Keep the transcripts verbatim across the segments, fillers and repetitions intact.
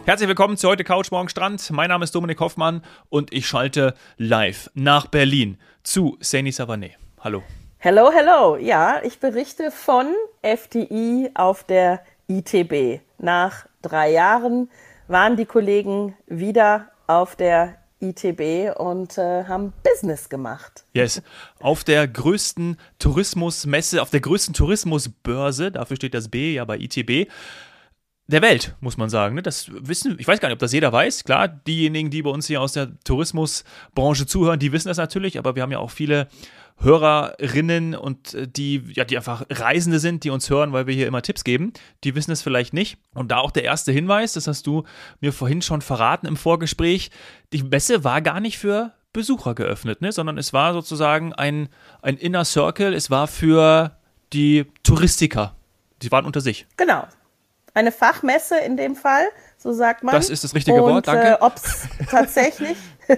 Herzlich willkommen zu heute Couch Morgen Strand. Mein Name ist Dominik Hoffmann und ich schalte live nach Berlin zu Saini Savané. Hallo. Hello, hello. Ja, ich berichte von F T I auf der I T B. Nach drei Jahren waren die Kollegen wieder auf der I T B und äh, haben Business gemacht. Yes, auf der größten Tourismusmesse, auf der größten Tourismusbörse, dafür steht das B ja bei I T B, der Welt, muss man sagen. Das wissen, ich weiß gar nicht, ob das jeder weiß. Klar, diejenigen, die bei uns hier aus der Tourismusbranche zuhören, die wissen das natürlich, aber wir haben ja auch viele Hörerinnen und die, ja, die einfach Reisende sind, die uns hören, weil wir hier immer Tipps geben. Die wissen es vielleicht nicht. Und da auch der erste Hinweis, das hast du mir vorhin schon verraten im Vorgespräch, die Messe war gar nicht für Besucher geöffnet, ne? Sondern es war sozusagen ein, ein Inner Circle, es war für die Touristiker. Die waren unter sich. Genau. Eine Fachmesse in dem Fall, so sagt man. Das ist das richtige und, Wort, danke. Äh, ob es tatsächlich,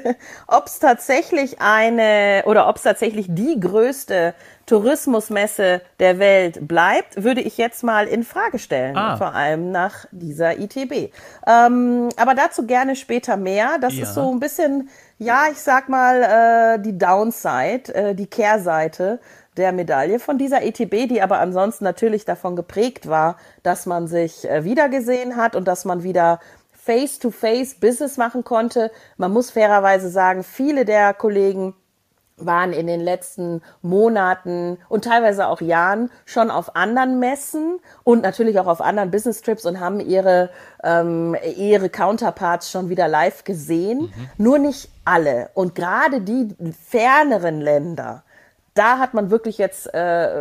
ob's tatsächlich eine oder ob es tatsächlich die größte Tourismusmesse der Welt bleibt, würde ich jetzt mal in Frage stellen, ah. vor allem nach dieser I T B. Ähm, aber dazu gerne später mehr. Das ja. ist so ein bisschen, ja, ich sag mal, äh, die Downside, äh, die Kehrseite der Medaille von dieser I T B, die aber ansonsten natürlich davon geprägt war, dass man sich äh, wiedergesehen hat und dass man wieder Face-to-Face Business machen konnte. Man muss fairerweise sagen, viele der Kollegen waren in den letzten Monaten und teilweise auch Jahren schon auf anderen Messen und natürlich auch auf anderen Business-Trips und haben ihre, ähm, ihre Counterparts schon wieder live gesehen. Mhm. Nur nicht alle. Und gerade die ferneren Länder, da hat man wirklich jetzt äh,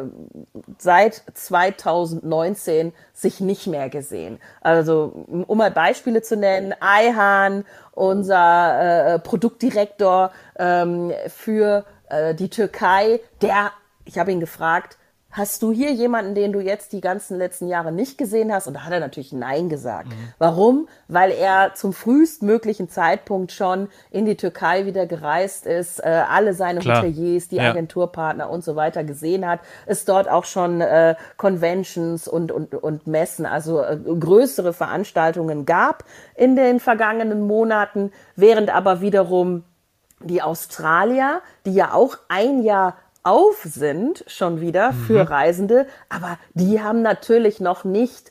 seit zweitausendneunzehn sich nicht mehr gesehen. Also um mal Beispiele zu nennen, Ayhan, unser äh, Produktdirektor ähm, für äh, die Türkei, der, ich habe ihn gefragt, hast du hier jemanden, den du jetzt die ganzen letzten Jahre nicht gesehen hast? Und da hat er natürlich Nein gesagt. Mhm. Warum? Weil er zum frühestmöglichen Zeitpunkt schon in die Türkei wieder gereist ist, äh, alle seine Klar. Hoteliers, die ja. Agenturpartner und so weiter gesehen hat, es dort auch schon äh, Conventions und, und, und Messen, also äh, größere Veranstaltungen gab in den vergangenen Monaten, während aber wiederum die Australier, die ja auch ein Jahr auf sind schon wieder für mhm. Reisende, aber die haben natürlich noch nicht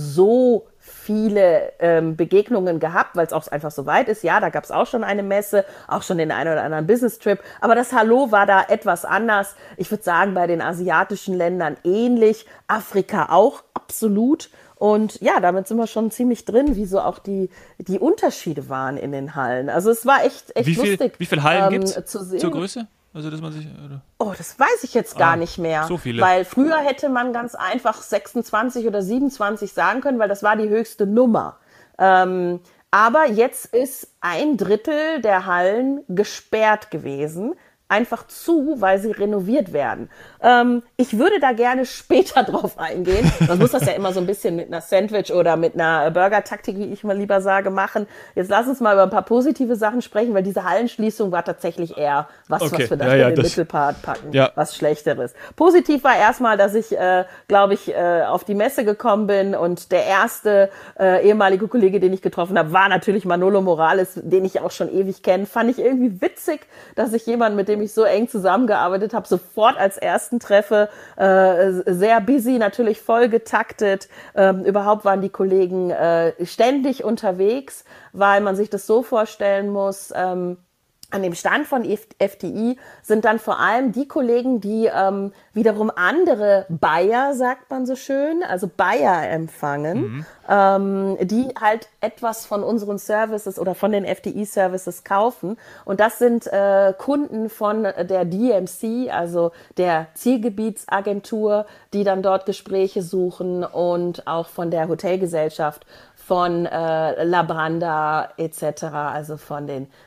so viele ähm, Begegnungen gehabt, weil es auch einfach so weit ist. Ja, da gab es auch schon eine Messe, auch schon den einen oder anderen Business-Trip, aber das Hallo war da etwas anders. Ich würde sagen, bei den asiatischen Ländern ähnlich, Afrika auch absolut. Und ja, damit sind wir schon ziemlich drin, wie so auch die, die Unterschiede waren in den Hallen. Also es war echt, echt wie viel, lustig. Wie viele Hallen ähm, gibt's zu sehen. Zur Größe? Also, dass man sich, oder? Oh, das weiß ich jetzt gar ah, nicht mehr. So viele. Weil früher hätte man ganz einfach sechsundzwanzig oder siebenundzwanzig sagen können, weil das war die höchste Nummer. Ähm, aber jetzt ist ein Drittel der Hallen gesperrt gewesen. Einfach zu, weil sie renoviert werden. Ähm, ich würde da gerne später drauf eingehen. Man muss das ja immer so ein bisschen mit einer Sandwich- oder mit einer Burger-Taktik, wie ich mal lieber sage, machen. Jetzt lass uns mal über ein paar positive Sachen sprechen, weil diese Hallenschließung war tatsächlich eher was, okay. was wir da ja, ja, in den Mittelpart packen. Ja. Was Schlechteres. Positiv war erstmal, dass ich, äh, glaube ich, äh, auf die Messe gekommen bin und der erste äh, ehemalige Kollege, den ich getroffen habe, war natürlich Manolo Morales, den ich auch schon ewig kenne. Fand ich irgendwie witzig, dass ich jemanden, mit dem ich so eng zusammengearbeitet habe, sofort als ersten treffe, äh, sehr busy, natürlich voll getaktet. Ähm, überhaupt waren die Kollegen äh, ständig unterwegs, weil man sich das so vorstellen muss, ähm, an dem Stand von F T I sind dann vor allem die Kollegen, die ähm, wiederum andere Buyer, sagt man so schön, also Buyer empfangen, mhm. ähm, die halt etwas von unseren Services oder von den F T I-Services kaufen. Und das sind äh, Kunden von der D M C, also der Zielgebietsagentur, die dann dort Gespräche suchen und auch von der Hotelgesellschaft, von äh, La Branda et cetera, also von den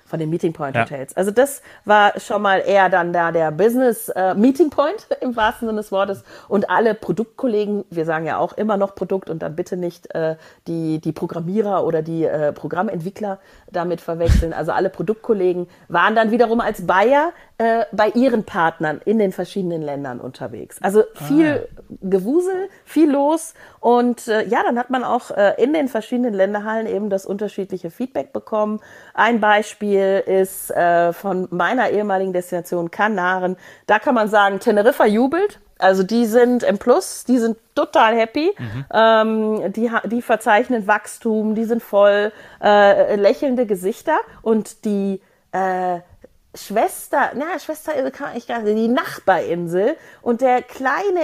von den Meeting Point Ja. Hotels. Also das war schon mal eher dann da der Business äh, Meeting Point im wahrsten Sinne des Wortes. Und alle Produktkollegen, wir sagen ja auch immer noch Produkt und dann bitte nicht äh, die, die Programmierer oder die äh, Programmentwickler damit verwechseln. Also alle Produktkollegen waren dann wiederum als Buyer äh, bei ihren Partnern in den verschiedenen Ländern unterwegs. Also viel ah. Gewusel, viel los und äh, ja, dann hat man auch äh, in den verschiedenen Länderhallen eben das unterschiedliche Feedback bekommen. Ein Beispiel ist äh, von meiner ehemaligen Destination Kanaren. Da kann man sagen, Teneriffa jubelt. Also die sind im Plus, die sind total happy, mhm. ähm, die, die verzeichnen Wachstum, die sind voll äh, lächelnde Gesichter und die äh, Schwester, na Schwester kann ich gar nicht, die Nachbarinsel und der kleine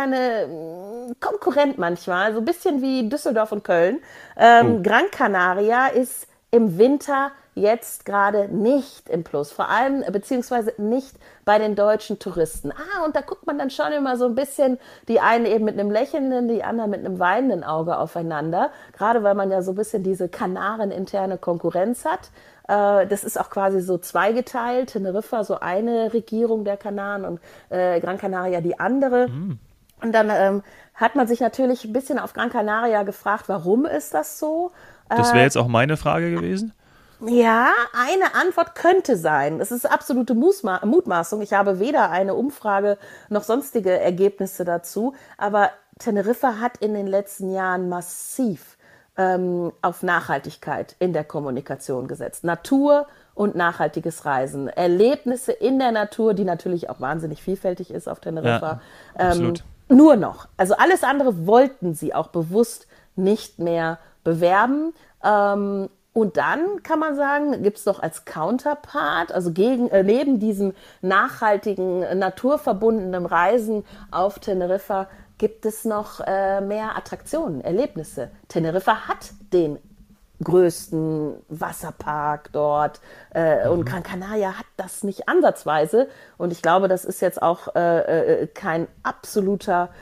interne Konkurrent manchmal, so ein bisschen wie Düsseldorf und Köln, ähm, oh. Gran Canaria ist im Winter jetzt gerade nicht im Plus, vor allem beziehungsweise nicht bei den deutschen Touristen. Ah, und da guckt man dann schon immer so ein bisschen, die einen eben mit einem lächelnden, die anderen mit einem weinenden Auge aufeinander, gerade weil man ja so ein bisschen diese Kanaren-interne Konkurrenz hat. Äh, das ist auch quasi so zweigeteilt, Teneriffa so eine Regierung der Kanaren und äh, Gran Canaria die andere. Mhm. Und dann ähm, hat man sich natürlich ein bisschen auf Gran Canaria gefragt, warum ist das so? Das wäre jetzt auch meine Frage gewesen. Ja, eine Antwort könnte sein. Es ist absolute Musma- Mutmaßung. Ich habe weder eine Umfrage noch sonstige Ergebnisse dazu. Aber Teneriffa hat in den letzten Jahren massiv ähm, auf Nachhaltigkeit in der Kommunikation gesetzt. Natur und nachhaltiges Reisen. Erlebnisse in der Natur, die natürlich auch wahnsinnig vielfältig ist auf Teneriffa. Ja, absolut. Ähm, nur noch. Also alles andere wollten sie auch bewusst nicht mehr bewerben. Ähm, Und dann kann man sagen, gibt es doch als Counterpart, also gegen, äh, neben diesem nachhaltigen, naturverbundenen Reisen auf Teneriffa, gibt es noch äh, mehr Attraktionen, Erlebnisse. Teneriffa hat den größten Wasserpark dort äh, mhm. und Gran Canaria hat das nicht ansatzweise. Und ich glaube, das ist jetzt auch äh, äh, kein absoluter,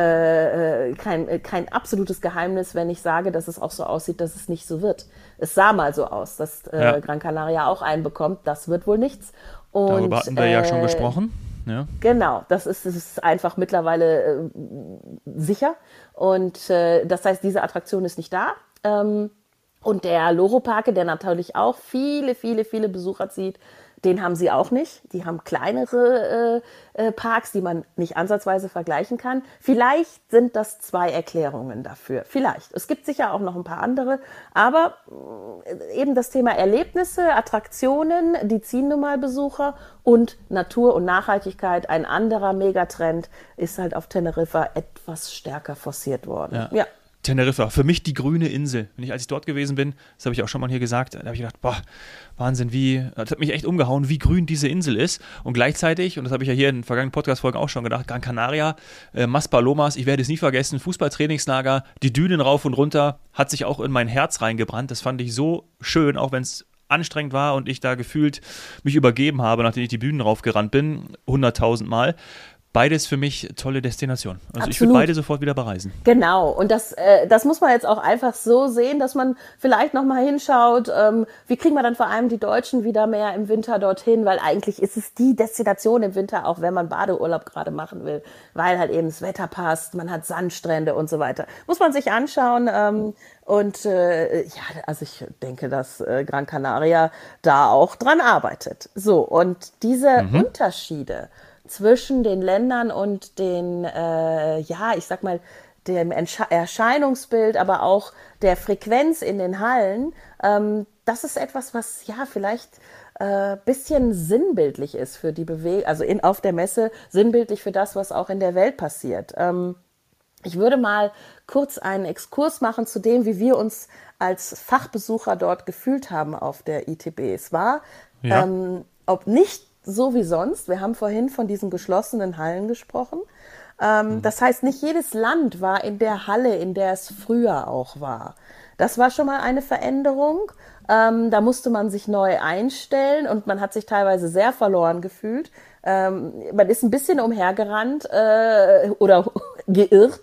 äh, kein, kein absolutes Geheimnis, wenn ich sage, dass es auch so aussieht, dass es nicht so wird. Es sah mal so aus, dass äh, ja. Gran Canaria auch einen bekommt. Das wird wohl nichts. Und, darüber hatten wir äh, ja schon gesprochen. Ja. Genau, das ist, das ist einfach mittlerweile äh, sicher. Und äh, das heißt, diese Attraktion ist nicht da. Ähm, Und der Loro-Parke, der natürlich auch viele, viele, viele Besucher zieht, den haben sie auch nicht. Die haben kleinere äh, äh, Parks, die man nicht ansatzweise vergleichen kann. Vielleicht sind das zwei Erklärungen dafür. Vielleicht. Es gibt sicher auch noch ein paar andere. Aber äh, eben das Thema Erlebnisse, Attraktionen, die ziehen nun mal Besucher. Und Natur und Nachhaltigkeit, ein anderer Megatrend, ist halt auf Teneriffa etwas stärker forciert worden. Ja. ja. Teneriffa, für mich die grüne Insel. Wenn ich, als ich dort gewesen bin, das habe ich auch schon mal hier gesagt, da habe ich gedacht, boah, Wahnsinn, wie, das hat mich echt umgehauen, wie grün diese Insel ist. Und gleichzeitig, und das habe ich ja hier in vergangenen Podcast-Folgen auch schon gedacht, Gran Canaria, äh, Maspalomas, ich werde es nie vergessen, Fußballtrainingslager, die Dünen rauf und runter, hat sich auch in mein Herz reingebrannt. Das fand ich so schön, auch wenn es anstrengend war und ich da gefühlt mich übergeben habe, nachdem ich die Bühnen raufgerannt bin, hunderttausend Mal. Beides für mich tolle Destinationen. Also Absolut. Ich würde beide sofort wieder bereisen. Genau. Und das, äh, das muss man jetzt auch einfach so sehen, dass man vielleicht nochmal hinschaut, ähm, wie kriegen wir dann vor allem die Deutschen wieder mehr im Winter dorthin, weil eigentlich ist es die Destination im Winter, auch wenn man Badeurlaub gerade machen will, weil halt eben das Wetter passt, man hat Sandstrände und so weiter. Muss man sich anschauen. Ähm, und äh, ja, also ich denke, dass äh, Gran Canaria da auch dran arbeitet. So, und diese mhm. Unterschiede zwischen den Ländern und den, äh, ja, ich sag mal, dem Entsche- Erscheinungsbild, aber auch der Frequenz in den Hallen, ähm, das ist etwas, was ja vielleicht ein äh, bisschen sinnbildlich ist für die Bewegung, also in, auf der Messe, sinnbildlich für das, was auch in der Welt passiert. Ähm, ich würde mal kurz einen Exkurs machen zu dem, wie wir uns als Fachbesucher dort gefühlt haben auf der I T B. Es war, ja. ähm, ob nicht so wie sonst. Wir haben vorhin von diesen geschlossenen Hallen gesprochen. Ähm, mhm. Das heißt, nicht jedes Land war in der Halle, in der es früher auch war. Das war schon mal eine Veränderung. Ähm, da musste man sich neu einstellen und man hat sich teilweise sehr verloren gefühlt. Ähm, man ist ein bisschen umhergerannt äh, oder geirrt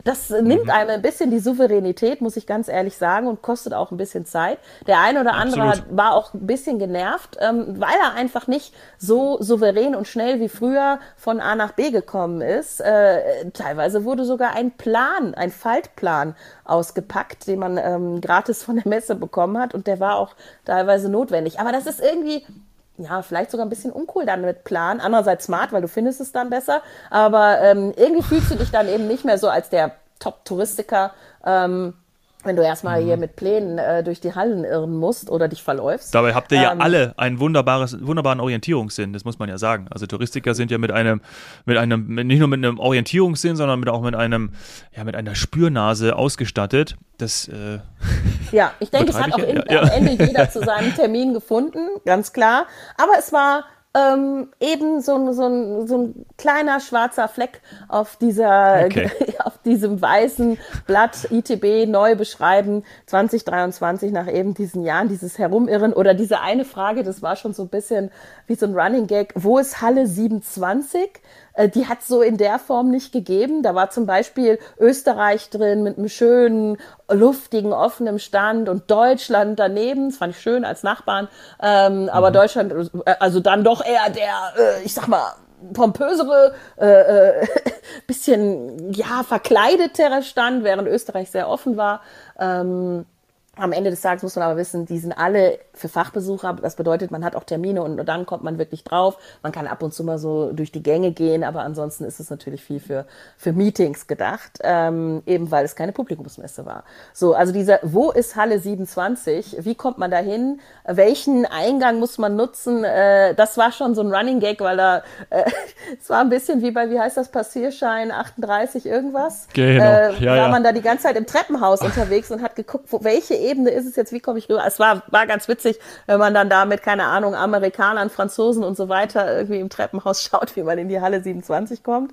Das nimmt einem ein bisschen die Souveränität, muss ich ganz ehrlich sagen, und kostet auch ein bisschen Zeit. Der eine oder andere hat, war auch ein bisschen genervt, ähm, weil er einfach nicht so souverän und schnell wie früher von A nach B gekommen ist. Äh, teilweise wurde sogar ein Plan, ein Faltplan ausgepackt, den man ähm, gratis von der Messe bekommen hat, und der war auch teilweise notwendig. Aber das ist irgendwie... ja, vielleicht sogar ein bisschen uncool dann mit Plan. Andererseits smart, weil du findest es dann besser. Aber ähm, irgendwie fühlst du dich dann eben nicht mehr so als der Top-Touristiker, ähm, wenn du erstmal mhm. hier mit Plänen äh, durch die Hallen irren musst oder dich verläufst. Dabei habt ihr ja ähm, alle einen wunderbares, wunderbaren Orientierungssinn, das muss man ja sagen. Also Touristiker sind ja mit einem, mit einem, nicht nur mit einem Orientierungssinn, sondern mit, auch mit einem, ja, mit einer Spürnase ausgestattet. Das, äh, ja, ich denke, es hat auch in, ja. am Ende jeder zu seinem Termin gefunden, ganz klar. Aber es war ähm, eben so ein, so, ein, so ein kleiner schwarzer Fleck auf dieser, okay. auf diesem weißen Blatt I T B neu beschreiben, zwanzig dreiundzwanzig, nach eben diesen Jahren, dieses Herumirren oder diese eine Frage, das war schon so ein bisschen wie so ein Running Gag, wo ist Halle siebenundzwanzig? Die hat es so in der Form nicht gegeben. Da war zum Beispiel Österreich drin mit einem schönen, luftigen, offenen Stand und Deutschland daneben. Das fand ich schön als Nachbarn. Ähm, aber mhm. Deutschland, also dann doch eher der, äh, ich sag mal, pompösere, äh, äh, bisschen, ja, verkleidetere Stand, während Österreich sehr offen war. Ähm, Am Ende des Tages muss man aber wissen, die sind alle für Fachbesucher. Das bedeutet, man hat auch Termine und dann kommt man wirklich drauf. Man kann ab und zu mal so durch die Gänge gehen, aber ansonsten ist es natürlich viel für für Meetings gedacht, ähm, eben weil es keine Publikumsmesse war. So, also dieser, wo ist Halle siebenundzwanzig? Wie kommt man da hin? Welchen Eingang muss man nutzen? Äh, das war schon so ein Running Gag, weil da äh, es war ein bisschen wie bei, wie heißt das, Passierschein achtunddreißig irgendwas? Genau. Äh, ja, war ja. man da die ganze Zeit im Treppenhaus unterwegs und hat geguckt, wo, welche Ebene ist es jetzt, wie komme ich rüber? Es war, war ganz witzig, wenn man dann da mit, keine Ahnung, Amerikanern, Franzosen und so weiter irgendwie im Treppenhaus schaut, wie man in die Halle siebenundzwanzig kommt.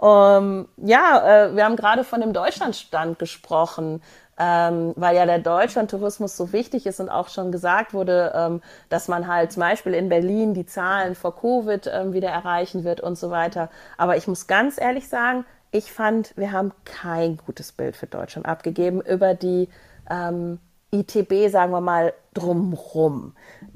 Um, ja, äh, wir haben gerade von dem Deutschlandstand gesprochen, ähm, weil ja der Deutschlandtourismus so wichtig ist und auch schon gesagt wurde, ähm, dass man halt zum Beispiel in Berlin die Zahlen vor Covid ähm, wieder erreichen wird und so weiter. Aber ich muss ganz ehrlich sagen, ich fand, wir haben kein gutes Bild für Deutschland abgegeben über die ähm, I T B, sagen wir mal, drumrum.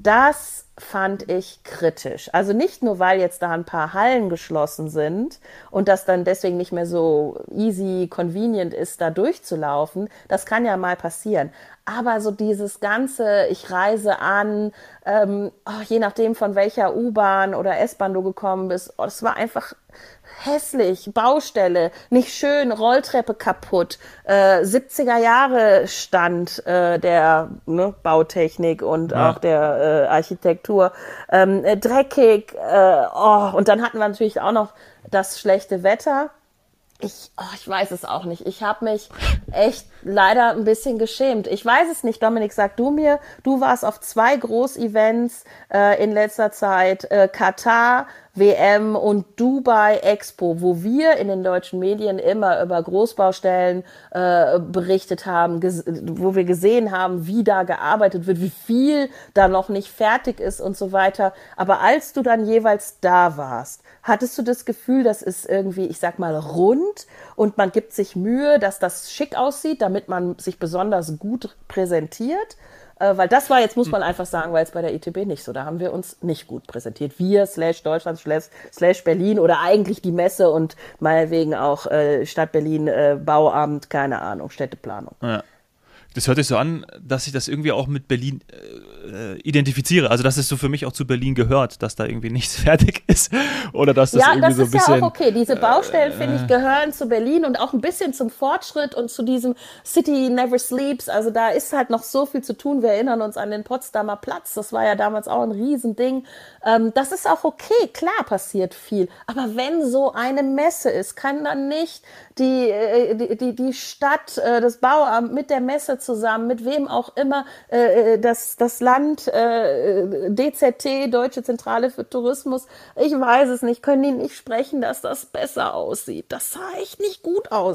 Das fand ich kritisch. Also nicht nur, weil jetzt da ein paar Hallen geschlossen sind und das dann deswegen nicht mehr so easy, convenient ist, da durchzulaufen. Das kann ja mal passieren. Aber so dieses ganze, ich reise an, ähm, oh, je nachdem von welcher U-Bahn oder S-Bahn du gekommen bist, oh, das war einfach hässlich, Baustelle, nicht schön, Rolltreppe kaputt, äh, siebziger Jahre Stand äh, der ne, Bautechnik und ja. auch der äh, Architektur, ähm, äh, dreckig, äh, oh, und dann hatten wir natürlich auch noch das schlechte Wetter. Ich, oh, ich weiß es auch nicht. Ich habe mich echt leider ein bisschen geschämt. Ich weiß es nicht, Dominik, sag du mir, du warst auf zwei Groß-Events äh, in letzter Zeit, äh, Katar, W M und Dubai Expo, wo wir in den deutschen Medien immer über Großbaustellen äh, berichtet haben, ges- wo wir gesehen haben, wie da gearbeitet wird, wie viel da noch nicht fertig ist und so weiter. Aber als du dann jeweils da warst, hattest du das Gefühl, das ist irgendwie, ich sag mal, rund und man gibt sich Mühe, dass das schick aussieht, damit man sich besonders gut präsentiert? Äh, weil das war, jetzt muss man einfach sagen, weil es bei der I T B nicht so, da haben wir uns nicht gut präsentiert. Wir, slash Deutschland, slash, slash Berlin oder eigentlich die Messe und meinetwegen auch äh, Stadt Berlin, äh, Bauamt, keine Ahnung, Städteplanung. Ja. Das hört sich so an, dass ich das irgendwie auch mit Berlin äh, identifiziere. Also, dass es so für mich auch zu Berlin gehört, dass da irgendwie nichts fertig ist. Oder dass das ja, irgendwie das so ein bisschen... bisschen... Ja, das ist ja auch okay. Diese Baustellen, äh, finde ich, gehören zu Berlin und auch ein bisschen zum Fortschritt und zu diesem City Never Sleeps. Also, da ist halt noch so viel zu tun. Wir erinnern uns an den Potsdamer Platz. Das war ja damals auch ein Riesending. Ähm, das ist auch okay. Klar passiert viel. Aber wenn so eine Messe ist, kann dann nicht die, die, die, die Stadt, das Bauamt mit der Messe zusammen, mit wem auch immer, äh, das, das Land, äh, D Z T, Deutsche Zentrale für Tourismus, ich weiß es nicht, können die nicht sprechen, dass das besser aussieht. Das sah echt nicht gut aus.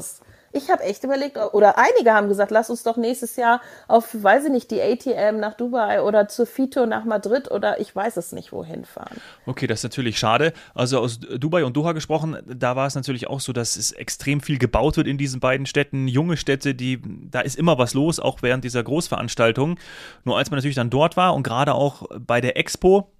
Ich habe echt überlegt, oder einige haben gesagt, lass uns doch nächstes Jahr auf, weiß ich nicht, die A T M nach Dubai oder zur Fito nach Madrid oder ich weiß es nicht, wohin fahren. Okay, das ist natürlich schade. Also aus Dubai und Doha gesprochen, da war es natürlich auch so, dass es extrem viel gebaut wird in diesen beiden Städten. Junge Städte, die, da ist immer was los, auch während dieser Großveranstaltung. Nur als man natürlich dann dort war und gerade auch bei der Expo,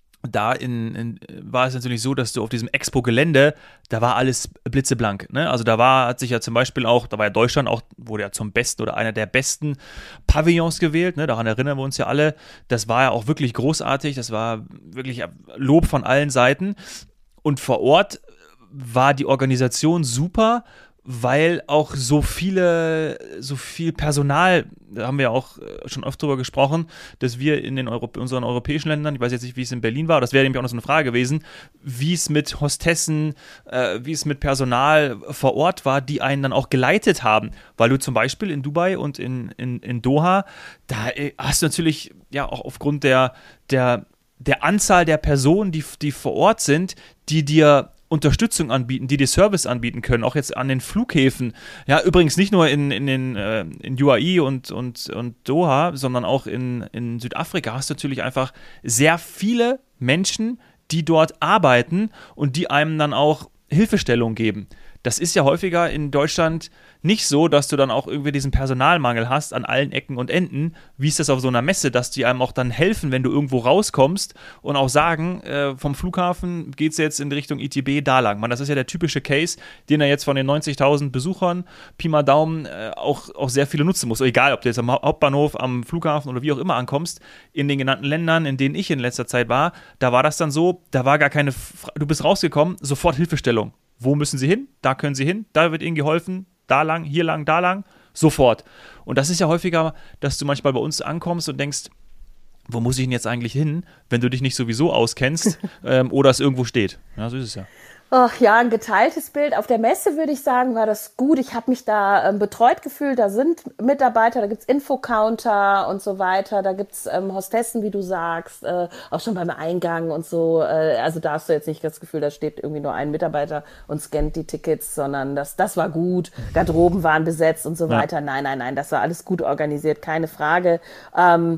da in, in, war es natürlich so, dass du auf diesem Expo-Gelände, da war alles blitzeblank. Ne? Also da war, hat sich ja zum Beispiel auch, da war ja Deutschland auch, wurde ja zum besten oder einer der besten Pavillons gewählt. Ne? Daran erinnern wir uns ja alle. Das war ja auch wirklich großartig. Das war wirklich Lob von allen Seiten. Und vor Ort war die Organisation super, weil auch so viele, so viel Personal, da haben wir ja auch schon oft drüber gesprochen, dass wir in den Europ- unseren europäischen Ländern, ich weiß jetzt nicht, wie es in Berlin war, das wäre nämlich auch noch so eine Frage gewesen, wie es mit Hostessen, äh, wie es mit Personal vor Ort war, die einen dann auch geleitet haben, weil du zum Beispiel in Dubai und in, in, in Doha, da hast du natürlich ja auch aufgrund der, der, der Anzahl der Personen, die, die vor Ort sind, die dir Unterstützung anbieten, die dir Service anbieten können, auch jetzt an den Flughäfen. Ja, übrigens nicht nur in, in, den, äh, in U A E und, und, und Doha, sondern auch in, in Südafrika hast du natürlich einfach sehr viele Menschen, die dort arbeiten und die einem dann auch Hilfestellung geben. Das ist ja häufiger in Deutschland nicht so, dass du dann auch irgendwie diesen Personalmangel hast an allen Ecken und Enden. Wie ist das auf so einer Messe, dass die einem auch dann helfen, wenn du irgendwo rauskommst und auch sagen, äh, vom Flughafen geht es jetzt in Richtung I T B da lang. Man, das ist ja der typische Case, den er jetzt von den neunzigtausend Besuchern, Pi mal Daumen, äh, auch, auch sehr viele nutzen muss. Egal, ob du jetzt am Hauptbahnhof, am Flughafen oder wie auch immer ankommst, in den genannten Ländern, in denen ich in letzter Zeit war, da war das dann so, da war gar keine, Fra- du bist rausgekommen, sofort Hilfestellung. Wo müssen sie hin? Da können sie hin, da wird ihnen geholfen, da lang, hier lang, da lang, sofort. Und das ist ja häufiger, dass du manchmal bei uns ankommst und denkst, wo muss ich denn jetzt eigentlich hin, wenn du dich nicht sowieso auskennst ähm, oder es irgendwo steht. Ja, so ist es ja. Ach ja, ein geteiltes Bild. Auf der Messe würde ich sagen, war das gut. Ich habe mich da ähm, betreut gefühlt. Da sind Mitarbeiter, da gibt's Infocounter und so weiter. Da gibt's ähm, Hostessen, wie du sagst, äh, auch schon beim Eingang und so. Äh, also da hast du jetzt nicht das Gefühl, da steht irgendwie nur ein Mitarbeiter und scannt die Tickets, sondern das, das war gut. Garderoben waren besetzt und so weiter. Ja. Nein, nein, nein, das war alles gut organisiert, keine Frage. Ähm,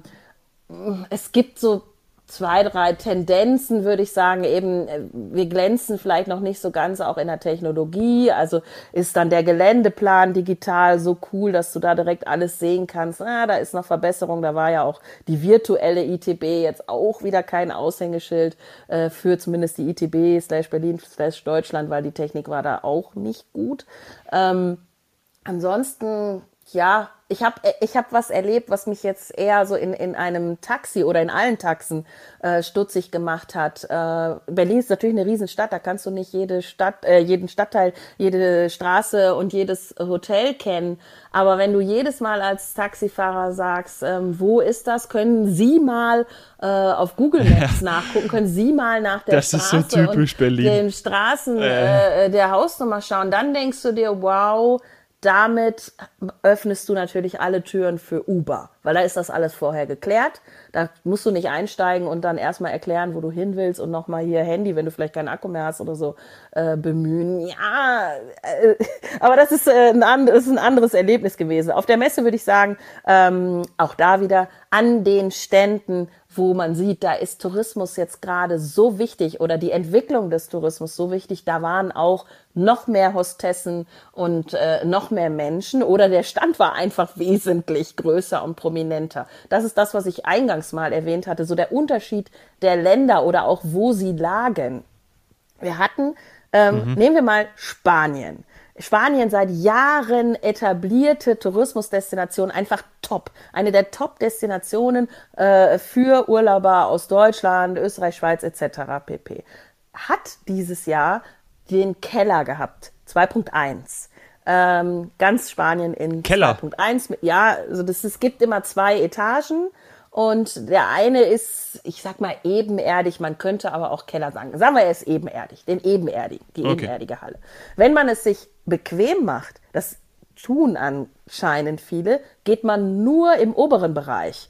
es gibt so zwei, drei Tendenzen, würde ich sagen, eben, wir glänzen vielleicht noch nicht so ganz auch in der Technologie, also ist dann der Geländeplan digital so cool, dass du da direkt alles sehen kannst, ah, da ist noch Verbesserung, da war ja auch die virtuelle I T B jetzt auch wieder kein Aushängeschild äh, für zumindest die I T B slash Berlin slash Deutschland, weil die Technik war da auch nicht gut. Ähm, ansonsten, ja, ich habe ich hab was erlebt, was mich jetzt eher so in, in einem Taxi oder in allen Taxen äh, stutzig gemacht hat. Äh, Berlin ist natürlich eine Riesenstadt, da kannst du nicht jede Stadt, äh, jeden Stadtteil, jede Straße und jedes Hotel kennen. Aber wenn du jedes Mal als Taxifahrer sagst, ähm, wo ist das, können Sie mal äh, auf Google Maps ja. nachgucken, können Sie mal nach der das Straße ist so typisch und Berlin. den Straßen äh. Äh, der Hausnummer schauen. Dann denkst du dir, wow, damit öffnest du natürlich alle Türen für Uber, weil da ist das alles vorher geklärt. Da musst du nicht einsteigen und dann erstmal erklären, wo du hin willst und nochmal hier Handy, wenn du vielleicht keinen Akku mehr hast oder so, äh, bemühen. Ja, äh, aber das ist, äh, ein and- das ist ein anderes Erlebnis gewesen. Auf der Messe würde ich sagen, ähm, auch da wieder an den Ständen, wo man sieht, da ist Tourismus jetzt gerade so wichtig oder die Entwicklung des Tourismus so wichtig, da waren auch noch mehr Hostessen und äh, noch mehr Menschen oder der Stand war einfach wesentlich größer und prominenter. Das ist das, was ich eingangs mal erwähnt hatte, so der Unterschied der Länder oder auch wo sie lagen. Wir hatten, ähm, mhm. nehmen wir mal Spanien. Spanien seit Jahren etablierte Tourismusdestination, einfach top. Eine der Top-Destinationen äh, für Urlauber aus Deutschland, Österreich, Schweiz et cetera pp. Hat dieses Jahr den Keller gehabt, zwei Punkt eins. Ähm, ganz Spanien in Keller. zwei Punkt eins. Ja, also das, es gibt immer zwei Etagen. Und der eine ist, ich sag mal, ebenerdig, man könnte aber auch Keller sagen. Sagen wir, er ist ebenerdig, den ebenerdigen, die okay. ebenerdige Halle. Wenn man es sich bequem macht, das tun anscheinend viele, geht man nur im oberen Bereich.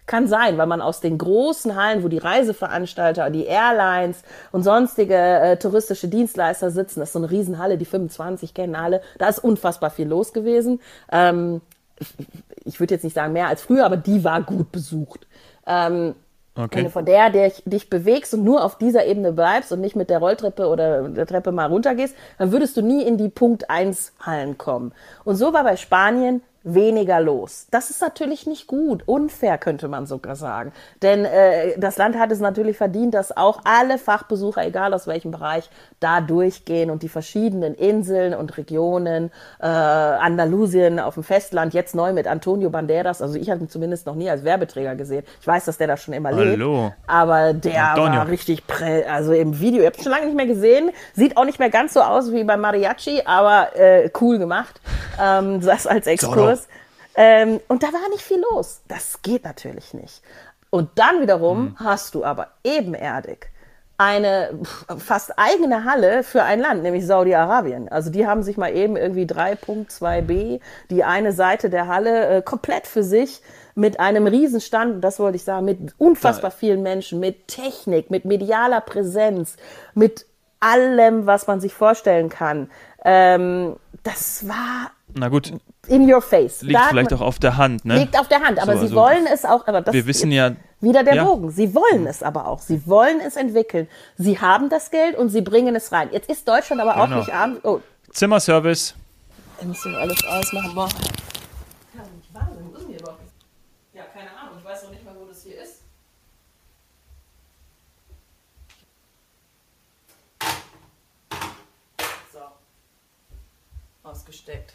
Kann sein, weil man aus den großen Hallen, wo die Reiseveranstalter, die Airlines und sonstige äh, touristische Dienstleister sitzen, das ist so eine Riesenhalle, die fünfundzwanzig kennen alle, da ist unfassbar viel los gewesen. Ähm, ich würde jetzt nicht sagen mehr als früher, aber die war gut besucht. Ähm, Okay. Wenn du von der, der dich bewegst und nur auf dieser Ebene bleibst und nicht mit der Rolltreppe oder der Treppe mal runtergehst, dann würdest du nie in die Punkt eins Hallen kommen. Und so war bei Spanien weniger los. Das ist natürlich nicht gut, unfair könnte man sogar sagen. Denn äh, das Land hat es natürlich verdient, dass auch alle Fachbesucher, egal aus welchem Bereich, da durchgehen und die verschiedenen Inseln und Regionen, äh, Andalusien auf dem Festland, jetzt neu mit Antonio Banderas, also ich habe ihn zumindest noch nie als Werbeträger gesehen. Ich weiß, dass der da schon immer lebt, Hallo. aber der Antonio. war richtig, prä also im Video, ich habe schon lange nicht mehr gesehen, sieht auch nicht mehr ganz so aus wie beim Mariachi, aber äh, cool gemacht, ähm, das als Exkurs. Ähm, und da war nicht viel los. Das geht natürlich nicht. Und dann wiederum hm. hast du aber ebenerdig eine fast eigene Halle für ein Land, nämlich Saudi-Arabien. Also die haben sich mal eben irgendwie drei Punkt zwei b, die eine Seite der Halle äh, komplett für sich mit einem Riesenstand, das wollte ich sagen, mit unfassbar vielen Menschen, mit Technik, mit medialer Präsenz, mit allem, was man sich vorstellen kann. Ähm, das war Na gut. in your face. Liegt da vielleicht auch auf der Hand, ne? Liegt auf der Hand, aber so, sie also wollen es auch, aber das wir wissen ja, wieder der ja. Bogen. Sie wollen es aber auch. Sie wollen es entwickeln. Sie haben das Geld und sie bringen es rein. Jetzt ist Deutschland aber Genau. auch nicht arm. Oh. Zimmerservice. Wir müssen alles ausmachen. Boah. Kann doch nicht wahr sein. Wo ist denn hier überhaupt? Ja, keine Ahnung. Ich weiß noch nicht mal, wo das hier ist. So. Ausgesteckt.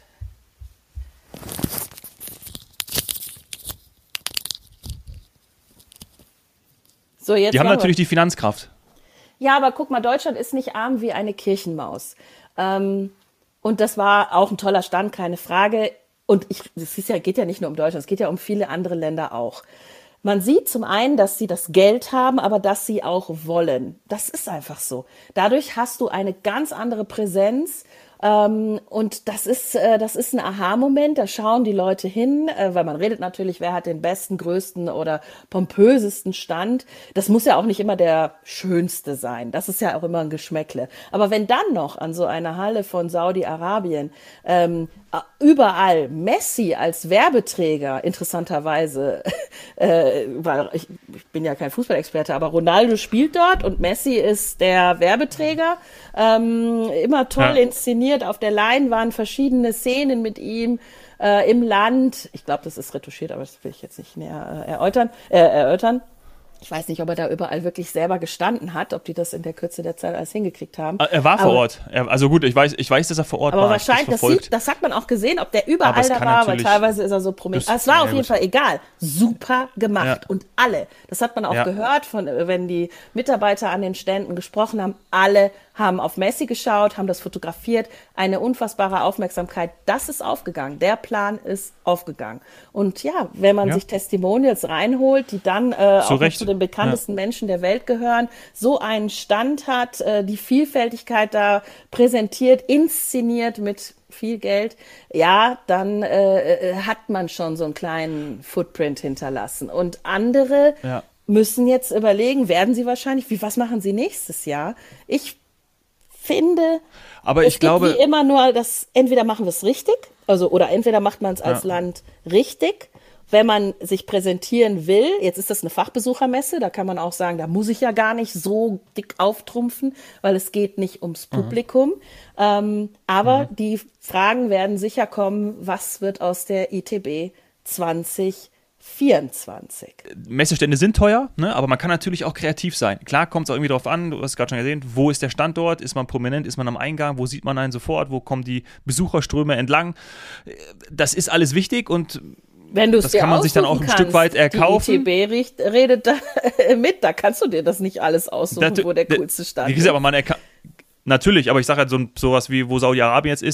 So, jetzt Die haben machen wir- natürlich die Finanzkraft. Ja, aber guck mal, Deutschland ist nicht arm wie eine Kirchenmaus. Ähm, und das war auch ein toller Stand, keine Frage. Und ich, es ist ja, geht ja nicht nur um Deutschland, es geht ja um viele andere Länder auch. Man sieht zum einen, dass sie das Geld haben, aber dass sie auch wollen. Das ist einfach so. Dadurch hast du eine ganz andere Präsenz. Ähm, und das ist, äh, das ist ein Aha-Moment, da schauen die Leute hin, äh, weil man redet natürlich, wer hat den besten, größten oder pompösesten Stand. Das muss ja auch nicht immer der schönste sein, das ist ja auch immer ein Geschmäckle. Aber wenn dann noch an so einer Halle von Saudi-Arabien ähm, überall Messi als Werbeträger, interessanterweise, äh, weil ich, ich bin ja kein Fußballexperte, aber Ronaldo spielt dort und Messi ist der Werbeträger, ähm, immer toll Ja. inszeniert auf der Leinwand, verschiedene Szenen mit ihm äh, im Land. Ich glaube, das ist retuschiert, aber das will ich jetzt nicht näher äh, erläutern, äh, erörtern. Ich weiß nicht, ob er da überall wirklich selber gestanden hat, ob die das in der Kürze der Zeit alles hingekriegt haben. Er war vor aber, Ort. Er, also gut, ich weiß, ich weiß, dass er vor Ort aber war. wahrscheinlich, das, sieht, das hat man auch gesehen, ob der Aber überall es da kann war, weil natürlich- teilweise ist er so prominent. das- Es war ja, auf jeden gut. Fall egal. Super gemacht. Ja. Und alle, das hat man auch Ja. gehört, von, wenn die Mitarbeiter an den Ständen gesprochen haben, alle haben auf Messi geschaut, haben das fotografiert. Eine unfassbare Aufmerksamkeit. Das ist aufgegangen. Der Plan ist aufgegangen. Und ja, wenn man Ja. sich Testimonials reinholt, die dann äh, auch noch Recht. zu den bekanntesten Menschen der Welt gehören, so einen Stand hat, äh, die Vielfältigkeit da präsentiert, inszeniert mit viel Geld, ja, dann äh, äh, hat man schon so einen kleinen Footprint hinterlassen. Und andere Ja. müssen jetzt überlegen, werden sie wahrscheinlich, wie, was machen sie nächstes Jahr? Ich finde, Aber es ich glaube, gibt wie immer nur das, entweder machen wir es richtig, also oder entweder macht man es als Ja. Land richtig, wenn man sich präsentieren will. Jetzt ist das eine Fachbesuchermesse, da kann man auch sagen, da muss ich ja gar nicht so dick auftrumpfen, weil es geht nicht ums Publikum. Ähm, aber Mhm. die Fragen werden sicher kommen, was wird aus der I T B zwanzig vierundzwanzig? Messestände sind teuer, ne? Aber man kann natürlich auch kreativ sein. Klar kommt es auch irgendwie darauf an, du hast gerade schon gesehen, wo ist der Standort, ist man prominent, ist man am Eingang, wo sieht man einen sofort, wo kommen die Besucherströme entlang. Das ist alles wichtig und Wenn du es das dir kann man sich dann auch ein aussuchen Stück weit kannst, erkaufen. Die I T B richt, redet da mit, da kannst du dir das nicht alles aussuchen, Das- wo der das- coolste Stand Wie ist. gesagt, aber man erka- natürlich, aber ich sage halt so sowas wie, wo Saudi-Arabien jetzt ist, das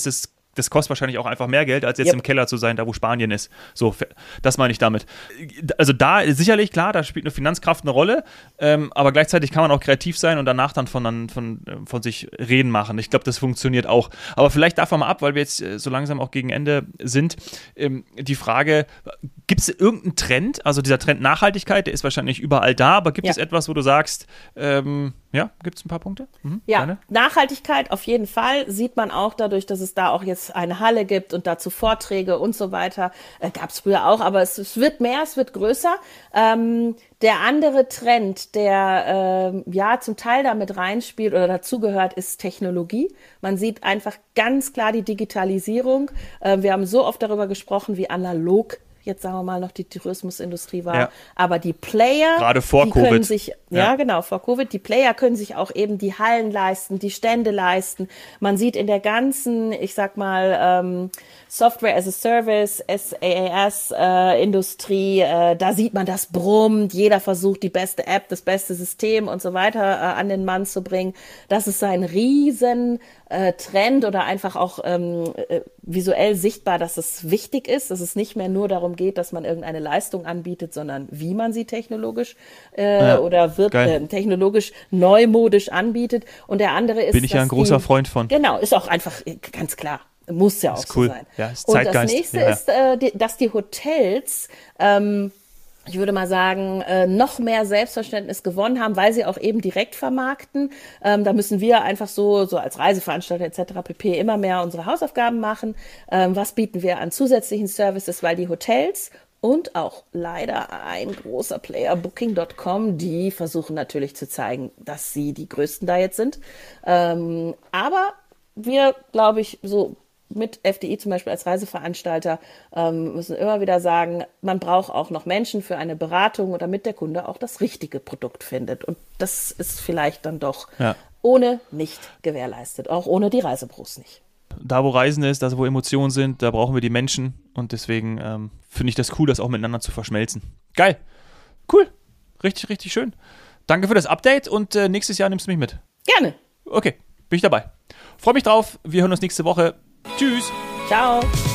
das kostet wahrscheinlich auch einfach mehr Geld, als jetzt Yep. im Keller zu sein, da wo Spanien ist. So, das meine ich damit. Also da sicherlich, klar, da spielt eine Finanzkraft eine Rolle, ähm, aber gleichzeitig kann man auch kreativ sein und danach dann von, von, von sich reden machen. Ich glaube, das funktioniert auch. Aber vielleicht davon mal ab, weil wir jetzt so langsam auch gegen Ende sind, ähm, die Frage, gibt es irgendeinen Trend, also dieser Trend Nachhaltigkeit, der ist wahrscheinlich überall da, aber gibt Ja. es etwas, wo du sagst, ähm, ja, gibt es ein paar Punkte? Mhm, Ja, gerne. Nachhaltigkeit auf jeden Fall sieht man auch dadurch, dass es da auch jetzt eine Halle gibt und dazu Vorträge und so weiter. Äh, gab es früher auch, aber es, es wird mehr, es wird größer. Ähm, der andere Trend, der ähm, ja zum Teil damit reinspielt oder dazugehört, ist Technologie. Man sieht einfach ganz klar die Digitalisierung. Äh, wir haben so oft darüber gesprochen, wie analog jetzt sagen wir mal noch die Tourismusindustrie war, Ja. aber die Player, Gerade vor die Covid. können sich, ja. Ja. genau, vor Covid, die Player können sich auch eben die Hallen leisten, die Stände leisten. Man sieht in der ganzen, ich sag mal, ähm, Software as a Service, S A A S äh, Industrie, äh, da sieht man, das brummt, jeder versucht die beste App, das beste System und so weiter äh, an den Mann zu bringen. Das ist ein riesen äh, Trend oder einfach auch ähm, äh, visuell sichtbar, dass es wichtig ist, dass es nicht mehr nur darum geht, dass man irgendeine Leistung anbietet, sondern wie man sie technologisch äh, Ja, oder wird äh, technologisch neumodisch anbietet. Und der andere ist, Bin ich ja ein dass großer die, Freund von. Genau, ist auch einfach äh, ganz klar. Muss ja auch Ist cool. so sein. Ja, ist Und das Zeitgeist. nächste Ja, ja. ist, äh, die, dass die Hotels ähm, ich würde mal sagen, äh, noch mehr Selbstverständnis gewonnen haben, weil sie auch eben direkt vermarkten. Ähm, da müssen wir einfach so, so als Reiseveranstalter et cetera pp. Immer mehr unsere Hausaufgaben machen. Ähm, was bieten wir an zusätzlichen Services, weil die Hotels und auch leider ein großer Player, Booking Punkt com, die versuchen natürlich zu zeigen, dass sie die Größten da jetzt sind. Ähm, aber wir, glaube ich, so mit F D I zum Beispiel als Reiseveranstalter ähm, müssen immer wieder sagen, man braucht auch noch Menschen für eine Beratung, damit der Kunde auch das richtige Produkt findet. Und das ist vielleicht dann doch Ja. ohne nicht gewährleistet, auch ohne die Reisebüros nicht. Da, wo Reisen ist, da, wo Emotionen sind, da brauchen wir die Menschen. Und deswegen ähm, finde ich das cool, das auch miteinander zu verschmelzen. Geil. Cool. Richtig, richtig schön. Danke für das Update und äh, nächstes Jahr nimmst du mich mit. Gerne. Okay, bin ich dabei. Freue mich drauf. Wir hören uns nächste Woche. Tschüss. Ciao.